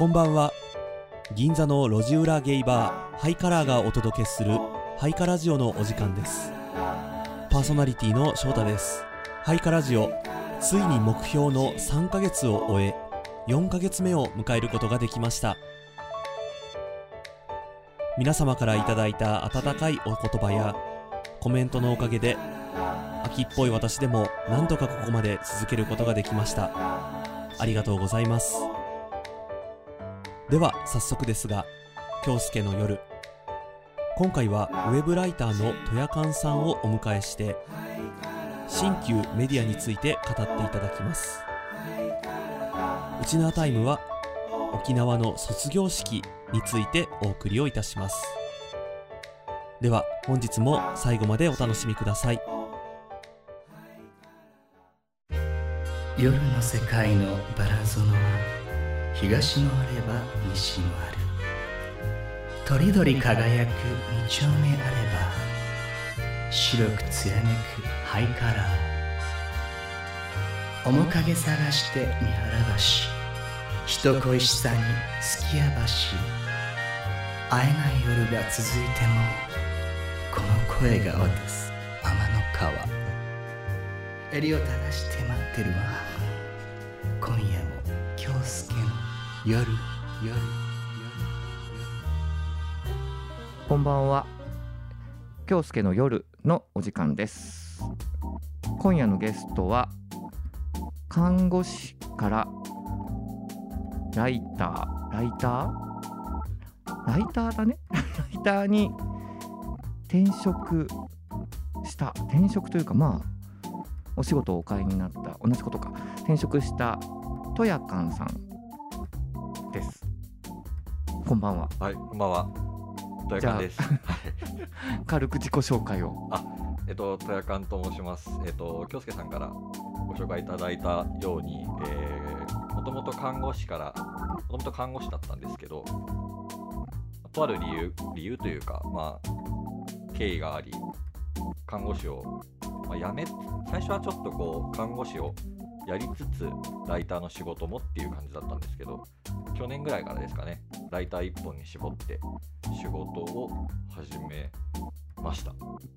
こんばんは。銀座の路地裏ゲイバーハイカラーがお届けするハイカラジオのお時間です。パーソナリティの翔太です。ハイカラジオ、ついに目標の3ヶ月を終え4ヶ月目を迎えることができました。皆様からいただいた温かいお言葉やコメントのおかげで、秋っぽい私でもなんとかここまで続けることができました。ありがとうございます。では早速ですが、京介の夜、今回はウェブライターの戸谷勘さんをお迎えして新旧メディアについて語っていただきます。ウチナータイムは沖縄の卒業式についてお送りをいたします。では本日も最後までお楽しみください。 夜の世界のバラ園は東もあれば西もある。とりどり輝く二丁目あれば白くつやめくハイカラー。面影探して三原橋、人恋しさにすきや橋。会えない夜が続いてもこの声が渡す天の川。襟を正して待ってるわ。今夜も京介の夜。 こんばんは。京介の夜のお時間です。今夜のゲストは看護師からライターだねライターに転職というか、お仕事をお買いになった同じことか、転職した戸谷勘さんです。こんばんは。 はい、こんばんは。戸谷勘です。 軽く自己紹介を。 戸谷勘と申します。京介さんからご紹介いただいたように、もともと看護師だったんですけど、とある理由というか、経緯があり、看護師を、最初はちょっと看護師をやりつつライターの仕事もっていう感じだったんですけど、去年ぐらいからですかね、ライター一本に絞って仕事を始めました。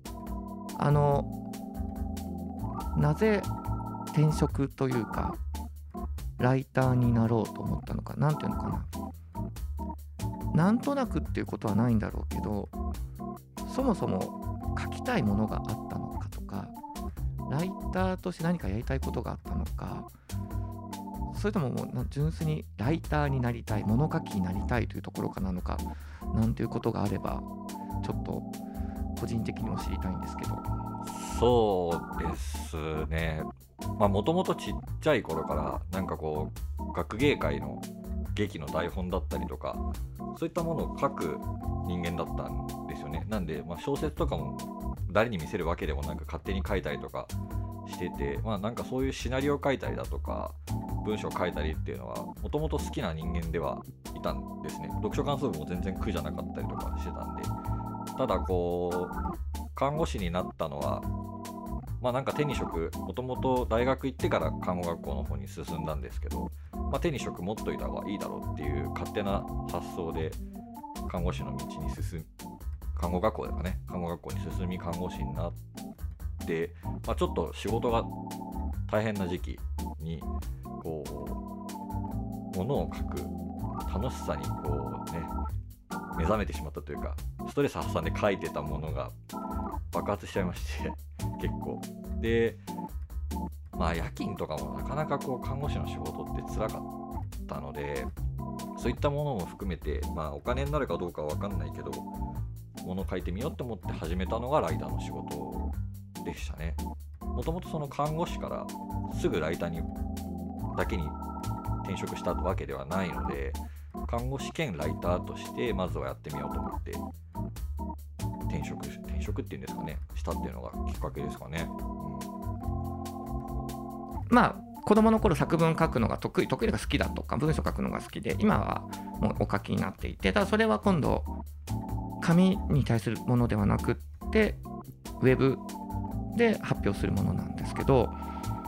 なぜ転職というかライターになろうと思ったのか、なんていうのかな、なんとなくっていうことはないんだろうけど、そもそも書きたいものがあったのかとか、ライターとして何かやりたいことがあったのか、それとも純粋にライターになりたい、物書きになりたいというところかなのか、なんていうことがあればちょっと個人的にも知りたいんですけど。 そうですね、もともとちっちゃい頃から学芸会の劇の台本だったりとか、そういったものを書く人間だったんですよね。なんで、小説とかも誰に見せるわけでもなく勝手に書いたりとかしてて、そういうシナリオを書いたりだとか文章を書いたりっていうのはもともと好きな人間ではいたんですね。読書感想文も全然苦じゃなかったりとかしてたんで、ただ看護師になったのは手に職、もともと大学行ってから看護学校の方に進んだんですけど、手に職持っといた方がいいだろうっていう勝手な発想で看護師の道に看護学校に進み看護師になって、ちょっと仕事が大変な時期に物を書く楽しさに目覚めてしまったというか、ストレス発散で書いてたものが爆発しちゃいまして結構で、夜勤とかもなかなか看護師の仕事って辛かったので、そういったものも含めて、お金になるかどうかは分かんないけど物を書いてみようと思って始めたのがライターの仕事でしたね。もともとその看護師からすぐライターだけに転職したわけではないので、看護師兼ライターとしてまずはやってみようと思って転職っていうんですかね、したっていうのがきっかけですかね。 子供の頃作文書くのが得意が好きだとか、文章書くのが好きで、今はもうお書きになっていて、ただそれは今度紙に対するものではなくってウェブで発表するものなんですけど、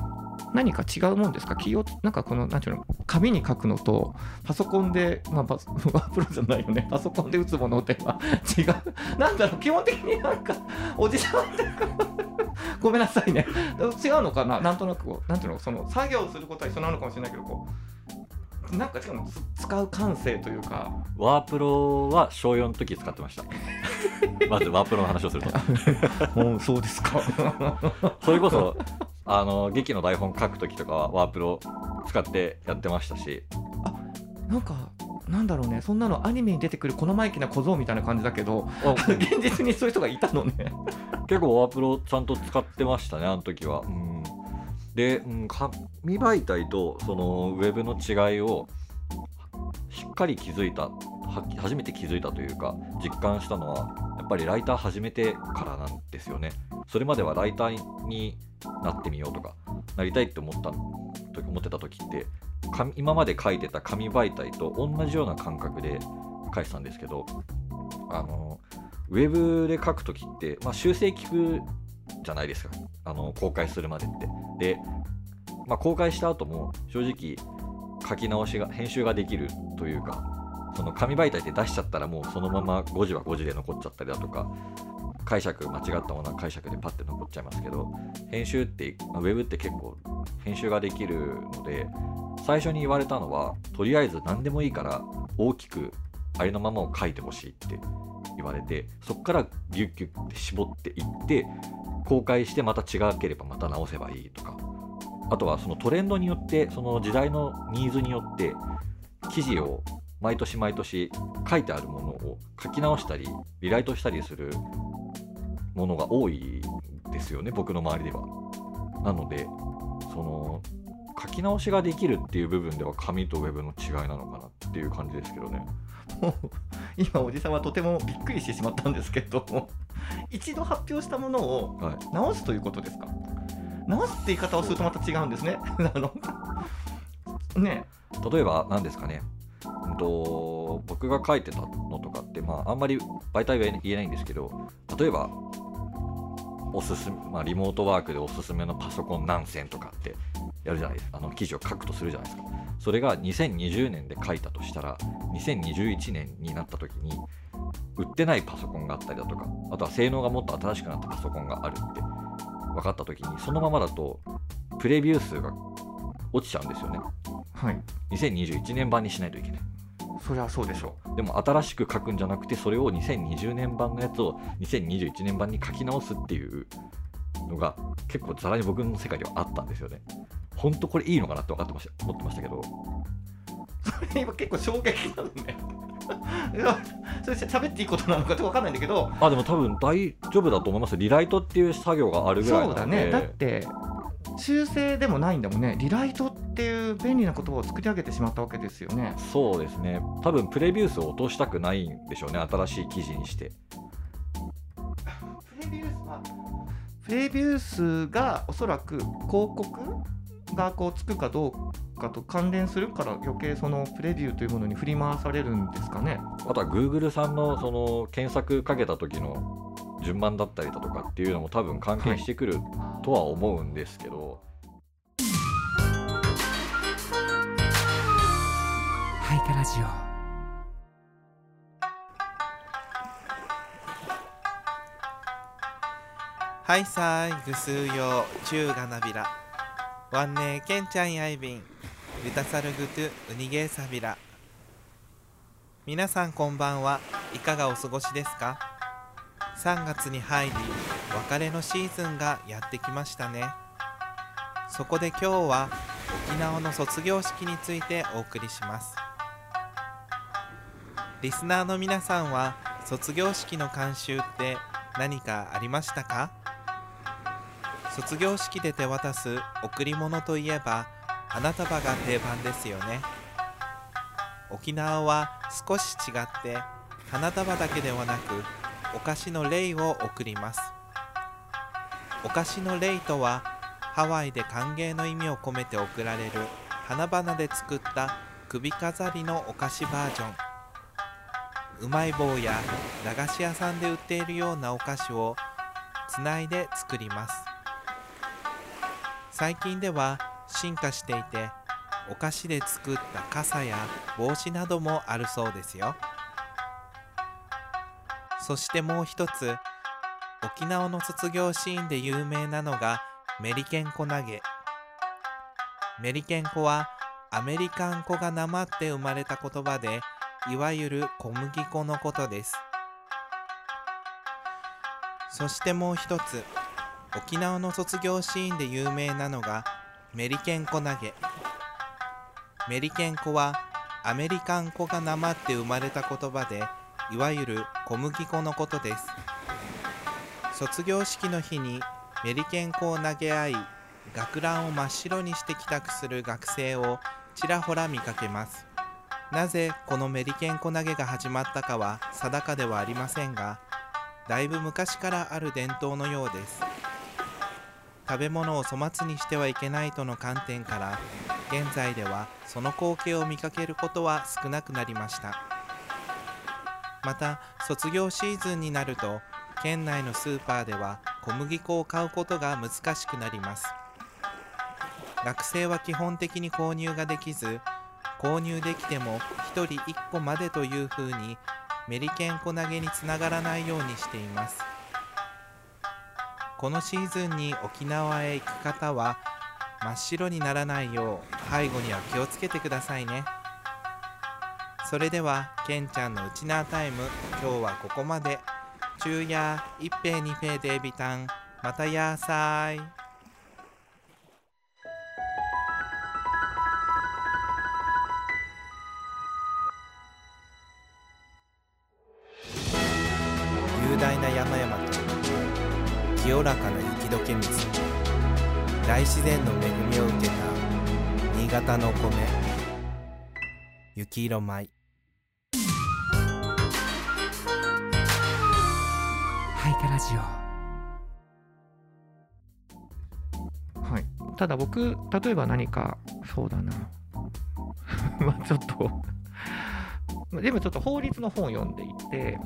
何か違うもんですか？なんかこのなんていうの、紙に書くのとパソコンで、ワープロじゃないよね、パソコンで打つものっては違う。なんだろう、基本的になんかおじさんってごめんなさいね、違うのかな。なんとなくなんていうの、その作業することは一緒なのかもしれないけど、なんか違うの、使う感性というか。 ワープロは小4の時使ってましたまずワープロの話をするとそうですかそれこそ劇の台本書く時とかはワープロ使ってやってましたし、 なんかなんだろうね、そんなのアニメに出てくるこのマイキな小僧みたいな感じだけど現実にそういう人がいたのね結構ワープロちゃんと使ってましたね、あの時は。で、紙媒体とそのウェブの違いをしっかり初めて気づいたというか実感したのは、やっぱりライター始めてからなんですよね。それまではライターになってみようとかなりたいって思ってた時って、今まで書いてた紙媒体と同じような感覚で書いてたんですけど、ウェブで書く時って、修正聞くじゃないですか、公開するまでって。で、公開した後も正直書き直しが編集ができるというか、その紙媒体って出しちゃったらもうそのまま誤字は誤字で残っちゃったりだとか、間違ったものは解釈でパッて残っちゃいますけど、編集って、ウェブって結構編集ができるので、最初に言われたのは、とりあえず何でもいいから大きくありのままを書いてほしいって言われて、そこからギュッギュッって絞っていって、公開してまた違ければまた直せばいいとか、あとはそのトレンドによって、その時代のニーズによって記事を毎年毎年書いてあるものを書き直したりリライトしたりするものが多いですよね、僕の周りでは。なので、その書き直しができるっていう部分では紙とウェブの違いなのかなっていう感じですけどね。 今おじさんはとてもびっくりしてしまったんですけど一度発表したものを直すということですか？直すって言い方をするとまた違うんですねね、 例えば何ですかね、僕が書いてたのとかって、あんまり媒体は言えないんですけど、例えばリモートワークでおすすめのパソコン何選とかってやるじゃないですか。記事を書くとするじゃないですか。それが2020年で書いたとしたら、2021年になった時に売ってないパソコンがあったりだとか、あとは性能がもっと新しくなったパソコンがあるって分かった時に、そのままだとプレビュー数が落ちちゃうんですよね。 はい。 2021年版にしないといけない。 そりゃそうでしょう。でも新しく書くんじゃなくて、それを2020年版のやつを2021年版に書き直すっていうのが結構ざらに僕の世界ではあったんですよね。本当これいいのかなって思ってましたけど、 それ今結構衝撃なのねそれ喋っていいことなのかって分かんないんだけど、 でも多分大丈夫だと思います。リライトっていう作業があるぐらいなので。 そうだね。だって修正でもないんだもんね。リライトっていう便利な言葉を作り上げてしまったわけですよね。 そうですね。多分プレビュー数を落としたくないんでしょうね、新しい記事にして。 プレビュー数がおそらく広告がつくかどうかと関連するから、余計そのプレビューというものに振り回されるんですかね。 あとは Google さんのその検索かけた時の順番だったりだとかっていうのも多分関係してくるとは思うんですけど、 ハイカラジオ。 はいさーいぐすうようちゅうがなびらわんねーけんちゃんやいびんゆたさるぐとうにげーさびら。皆さんこんばんは。いかがお過ごしですか？3月に入り別れのシーズンがやってきましたね。そこで今日は沖縄の卒業式についてお送りします。リスナーの皆さんは卒業式の慣習って何かありましたか？卒業式で手渡す贈り物といえば花束が定番ですよね。沖縄は少し違って花束だけではなくお菓子のレイを贈ります。お菓子のレイとはハワイで歓迎の意味を込めて贈られる花々で作った首飾りのお菓子バージョン。うまい棒や駄菓子屋さんで売っているようなお菓子をつないで作ります。最近では進化していて、お菓子で作った傘や帽子などもあるそうですよ。そしてもう一つ、沖縄の卒業シーンで有名なのがメリケン粉投げ。メリケン粉はアメリカン粉がなまって生まれた言葉で、いわゆる小麦粉のことです。そしてもう一つ、沖縄の卒業シーンで有名なのがメリケン粉投げ。メリケン粉はアメリカン粉がなまって生まれた言葉で、いわゆる小麦粉のことです。卒業式の日にメリケン粉を投げ合い、学ランを真っ白にして帰宅する学生をちらほら見かけます。なぜこのメリケン粉投げが始まったかは定かではありませんが、だいぶ昔からある伝統のようです。食べ物を粗末にしてはいけないとの観点から、現在ではその光景を見かけることは少なくなりました。また、卒業シーズンになると、県内のスーパーでは小麦粉を買うことが難しくなります。学生は基本的に購入ができず、購入できても1人1個までというふうにメリケン粉投げにつながらないようにしています。このシーズンに沖縄へ行く方は真っ白にならないよう背後には気をつけてくださいね。それではケンちゃんのウチナータイム、今日はここまで。昼夜一平二平デービタン、またやーさーい。雄大な山々と清らかな雪解け水、大自然の恵みを受けた新潟のお米、雪色米。 ハイカラジオ。 はい、ただ僕、例えば何か、そうだなまあちょっとでもちょっと法律の本を読んでいて、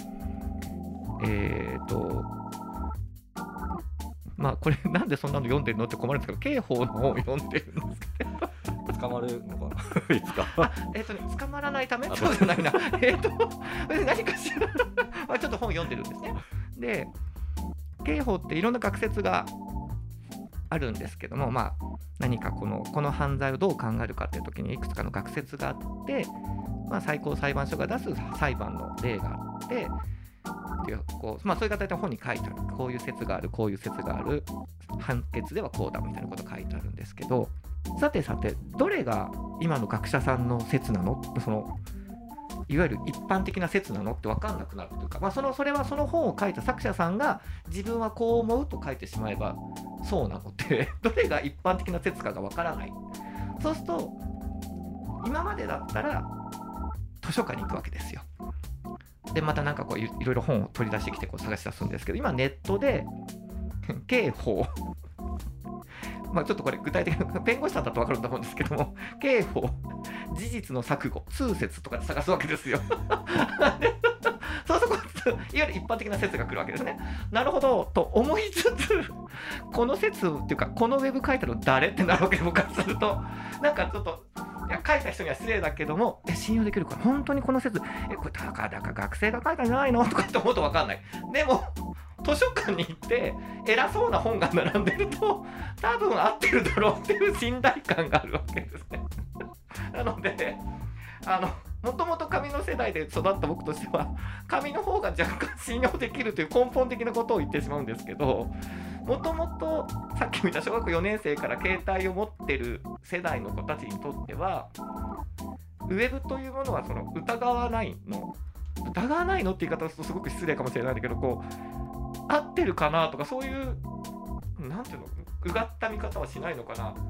まあこれなんでそんなの読んでるのって困るんですけど、刑法の本を読んでるんですけど捕まるのかないつか捕まらないためそうじゃないな何かしらまあちょっと本を読んでるんですね。で、刑法っていろんな学説があるんですけども、まあ何かこの犯罪をどう考えるかっていう時にいくつかの学説があって、まあ、最高裁判所が出す裁判の例があって、まあ、それが大体本に書いてある、こういう説がある、こういう説がある、判決ではこうだみたいなこと書いてあるんですけど、さてどれが今の学者さんの説なの、いわゆる一般的な説なのって分かんなくなるというか、まあ、それはその本を書いた作者さんが自分はこう思うと書いてしまえばそうなのってどれが一般的な説かが分からない。そうすると今までだったら図書館に行くわけですよ。でまたなんかこういろいろ本を取り出してきてこう探し出すんですけど、今ネットで刑法まあちょっとこれ具体的な弁護士さんだと分かると思うんですけども、刑法事実の錯誤通説とかで探すわけですよそうするといわゆる一般的な説が来るわけですね。なるほどと思いつつ、この説っていうかこのウェブ書いたの誰ってなるわけで、僕からするとなんかちょっと書いた人には失礼だけども、信用できるか本当にこの説これだから学生が書いたんじゃないのとかって思うと分かんない。でも図書館に行って偉そうな本が並んでると多分合ってるだろうっていう信頼感があるわけですねなのでもともと紙の世代で育った僕としては紙の方が若干信用できるという根本的なことを言ってしまうんですけど、もともとさっき見た小学校4年生から携帯を持ってる世代の子たちにとってはウェブというものは疑わないのって言い方をするとすごく失礼かもしれないんだけど、こう合ってるかなとかそういうなんていうのうがった見方はしないのかな。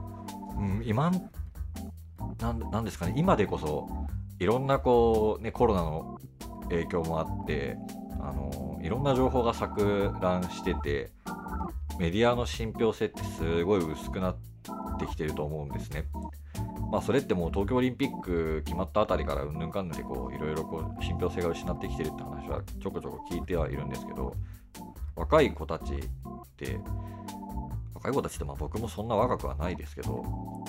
なんですかね、今でこそいろんなコロナの影響もあっていろんな情報が錯乱してて、メディアの信憑性ってすごい薄くなってきてると思うんですね。まあそれってもう東京オリンピック決まったあたりからうんぬんかんぬんでいろいろ信憑性が失ってきてるって話はちょこちょこ聞いてはいるんですけど、若い子たちって若い子たちって僕もそんな若くはないですけど、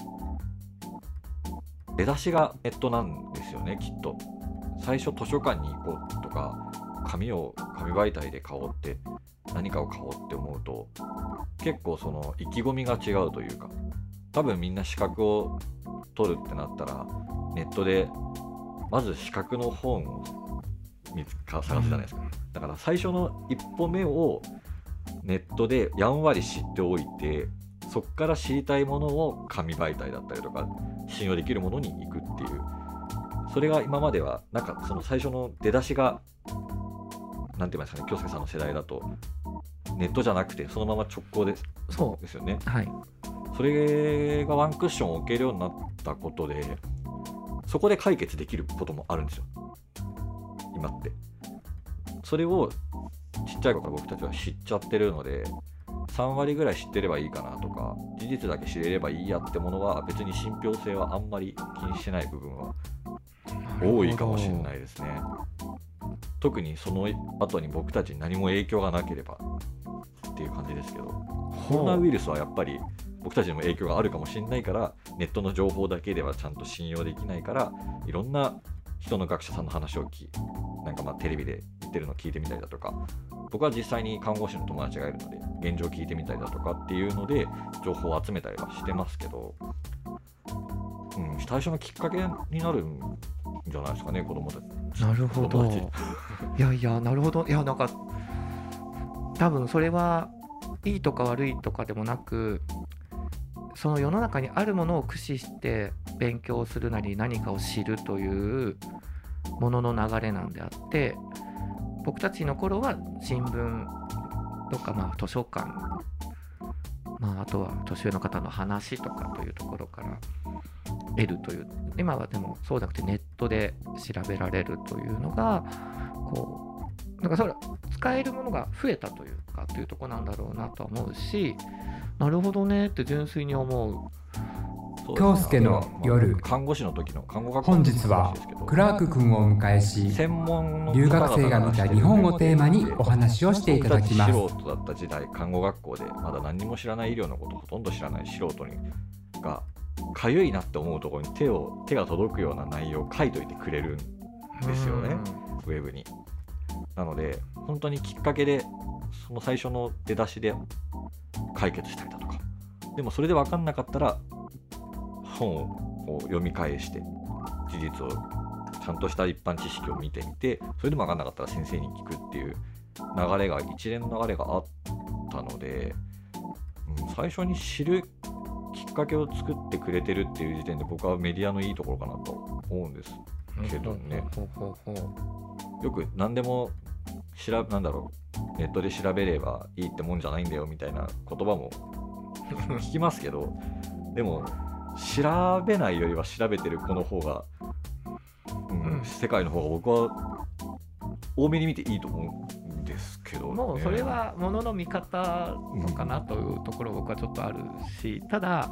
出だしがネットなんですよね、きっと。最初図書館に行こうとか紙媒体で買おうって何かを買おうって思うと結構その意気込みが違うというか、多分みんな資格を取るってなったらネットでまず資格の本を探すじゃないですか。だから最初の一歩目をネットでやんわり知っておいて、そこから知りたいものを紙媒体だったりとか信用できるものに行くっていう、それが今まではなんかその最初の出だしがなんて言いますかね、京介さんの世代だとネットじゃなくてそのまま直行ですよね。 はい、 それがワンクッションを置けるようになったことで、そこで解決できることもあるんですよ今って。それをちっちゃい頃から僕たちは知っちゃってるので、3割ぐらい知ってればいいかなとか、事実だけ知れればいいやってものは別に信憑性はあんまり気にしてない部分は多いかもしれないですね。特にその後に僕たちに何も影響がなければっていう感じですけど、コロナウイルスはやっぱり僕たちにも影響があるかもしれないから、ネットの情報だけではちゃんと信用できないから、いろんな人の学者さんの話をなんかテレビで言ってるのを聞いてみたりだとか、僕は実際に看護師の友達がいるので現状聞いてみたりだとかっていうので情報を集めたりはしてますけど、最初のきっかけになるんじゃないですかね、子供たち。 なるほど。いやなるほど。いやなんか多分それはいいとか悪いとかでもなく、その世の中にあるものを駆使して勉強するなり何かを知るというものの流れなんであって、僕たちの頃は新聞とか図書館、あとは年上の方の話とかというところから得るという、今はでもそうじゃなくてネットで調べられるというのがなんかそれ使えるものが増えたというかというところなんだろうなとは思うし、なるほどねって純粋に思う。 京介の夜、 看護師の時の看護学校本日はクラーク君をお迎えし、留学生が見た日本をテーマにお話をしていただきます。 素人だった時代、看護学校でまだ何にも知らない医療のことほとんど知らない素人がかゆいなって思うところに手が届くような内容を書いといてくれるんですよね、ウェブに。なので本当にきっかけでその最初の出だしで解決したりだとか、でもそれで分かんなかったら本を読み返して事実をちゃんとした一般知識を見てみて、それでも分かんなかったら先生に聞くっていう流れが、一連の流れがあったので、最初に知るきっかけを作ってくれてるっていう時点で僕はメディアのいいところかなと思うんですけどね。よく何でもネットで調べればいいってもんじゃないんだよみたいな言葉も聞きますけど、でも調べないよりは調べてる子の方が、世界の方が僕は多めに見ていいと思うんですけどね。 もうそれはものの見方のかなというところ僕はちょっとあるし、ただ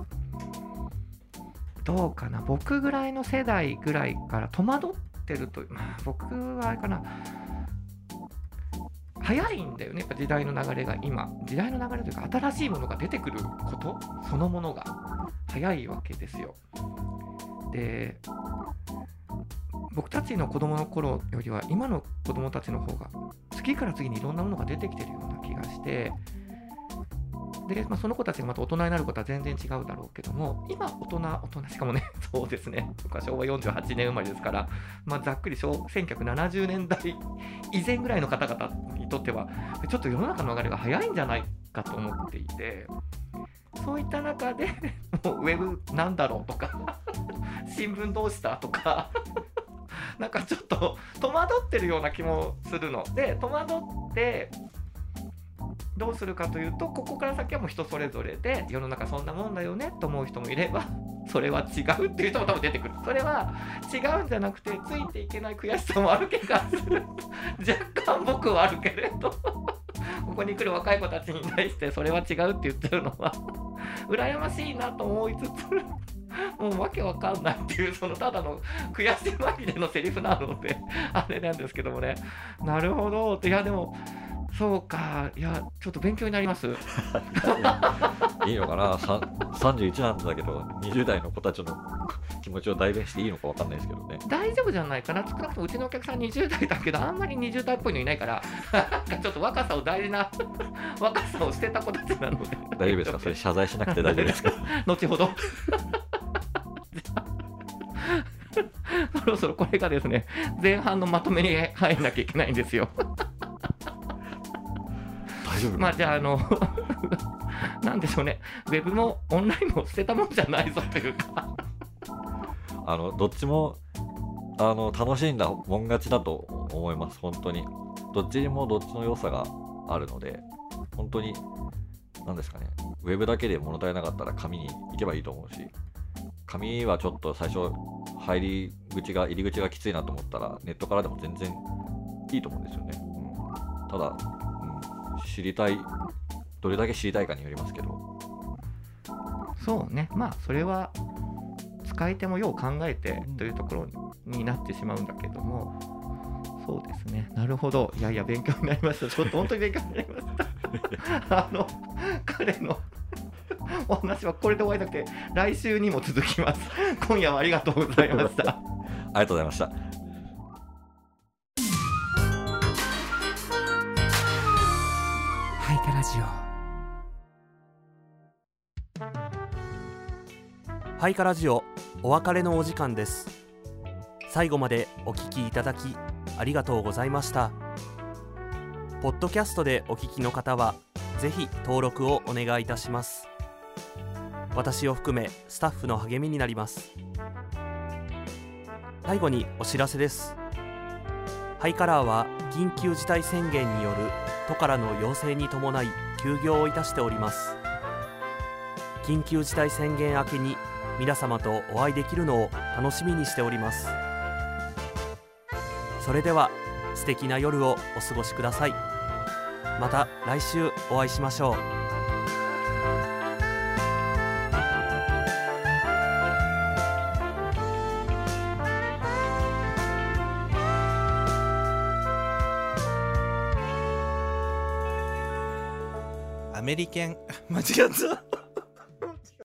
どうかな、僕ぐらいの世代ぐらいから戸惑ってると、僕はあれかな、早いんだよね、やっぱ時代の流れが。今時代の流れというか新しいものが出てくることそのものが早いわけですよ。で、僕たちの子供の頃よりは今の子供たちの方が次から次にいろんなものが出てきてるような気がして、で、その子たちがまた大人になることは全然違うだろうけども、今大人しかもね、そうですね、僕は昭和48年生まれですから、ざっくり1970年代以前ぐらいの方々にとってはちょっと世の中の流れが早いんじゃないかと思っていて、そういった中でもうウェブなんだろうとか新聞どうしたとかなんかちょっと戸惑ってるような気もするので、戸惑ってどうするかというと、ここから先はもう人それぞれで、世の中そんなもんだよねと思う人もいれば、それは違うっていう人も多分出てくる。それは違うんじゃなくてついていけない悔しさもある気がする若干僕はあるけれどここに来る若い子たちに対してそれは違うって言ってるのは羨ましいなと思いつつもうわけわかんないっていう、そのただの悔し紛れのセリフなのであれなんですけどもね。なるほど。いやでもそうか、いやちょっと勉強になりますいいのかな、31なんだけど20代の子たちの気持ちを代弁していいのか分かんないですけどね。 大丈夫じゃないかな。少なくともうちのお客さん20代だけど、あんまり20代っぽいのいないからなんかちょっと若さを大事な若さを捨てた子たちなので大丈夫ですか、それ謝罪しなくて大丈夫ですか後ほどそろそろこれがですね、前半のまとめに入らなきゃいけないんですよ大丈夫。 まあじゃあなんでしょうね、ウェブもオンラインも捨てたもんじゃないぞというかどっちも楽しんだもん勝ちだと思います。本当にどっちにもどっちの良さがあるので、本当に何ですかね、ウェブだけで物足りなかったら紙に行けばいいと思うし、紙はちょっと最初入り口がきついなと思ったらネットからでも全然いいと思うんですよね。ただ、知りたい、どれだけ知りたいかによりますけど。 そうね、まあそれは使い手もよう考えてというところになってしまうんだけども、そうですね、なるほど、いやいや勉強になりました。ちょっと本当に勉強になりました彼のお話はこれで終わりなくて来週にも続きます。今夜はありがとうございましたありがとうございました。 ハイカラジオ。 ハイカラジオ、お別れのお時間です。最後までお聞きいただきありがとうございました。ポッドキャストでお聞きの方はぜひ登録をお願いいたします。私を含めスタッフの励みになります。最後にお知らせです。ハイカラーは緊急事態宣言による都からの要請に伴い休業をいたしております。緊急事態宣言明けに皆様とお会いできるのを楽しみにしております。それでは素敵な夜をお過ごしください。また来週お会いしましょう。 アメリケン間違った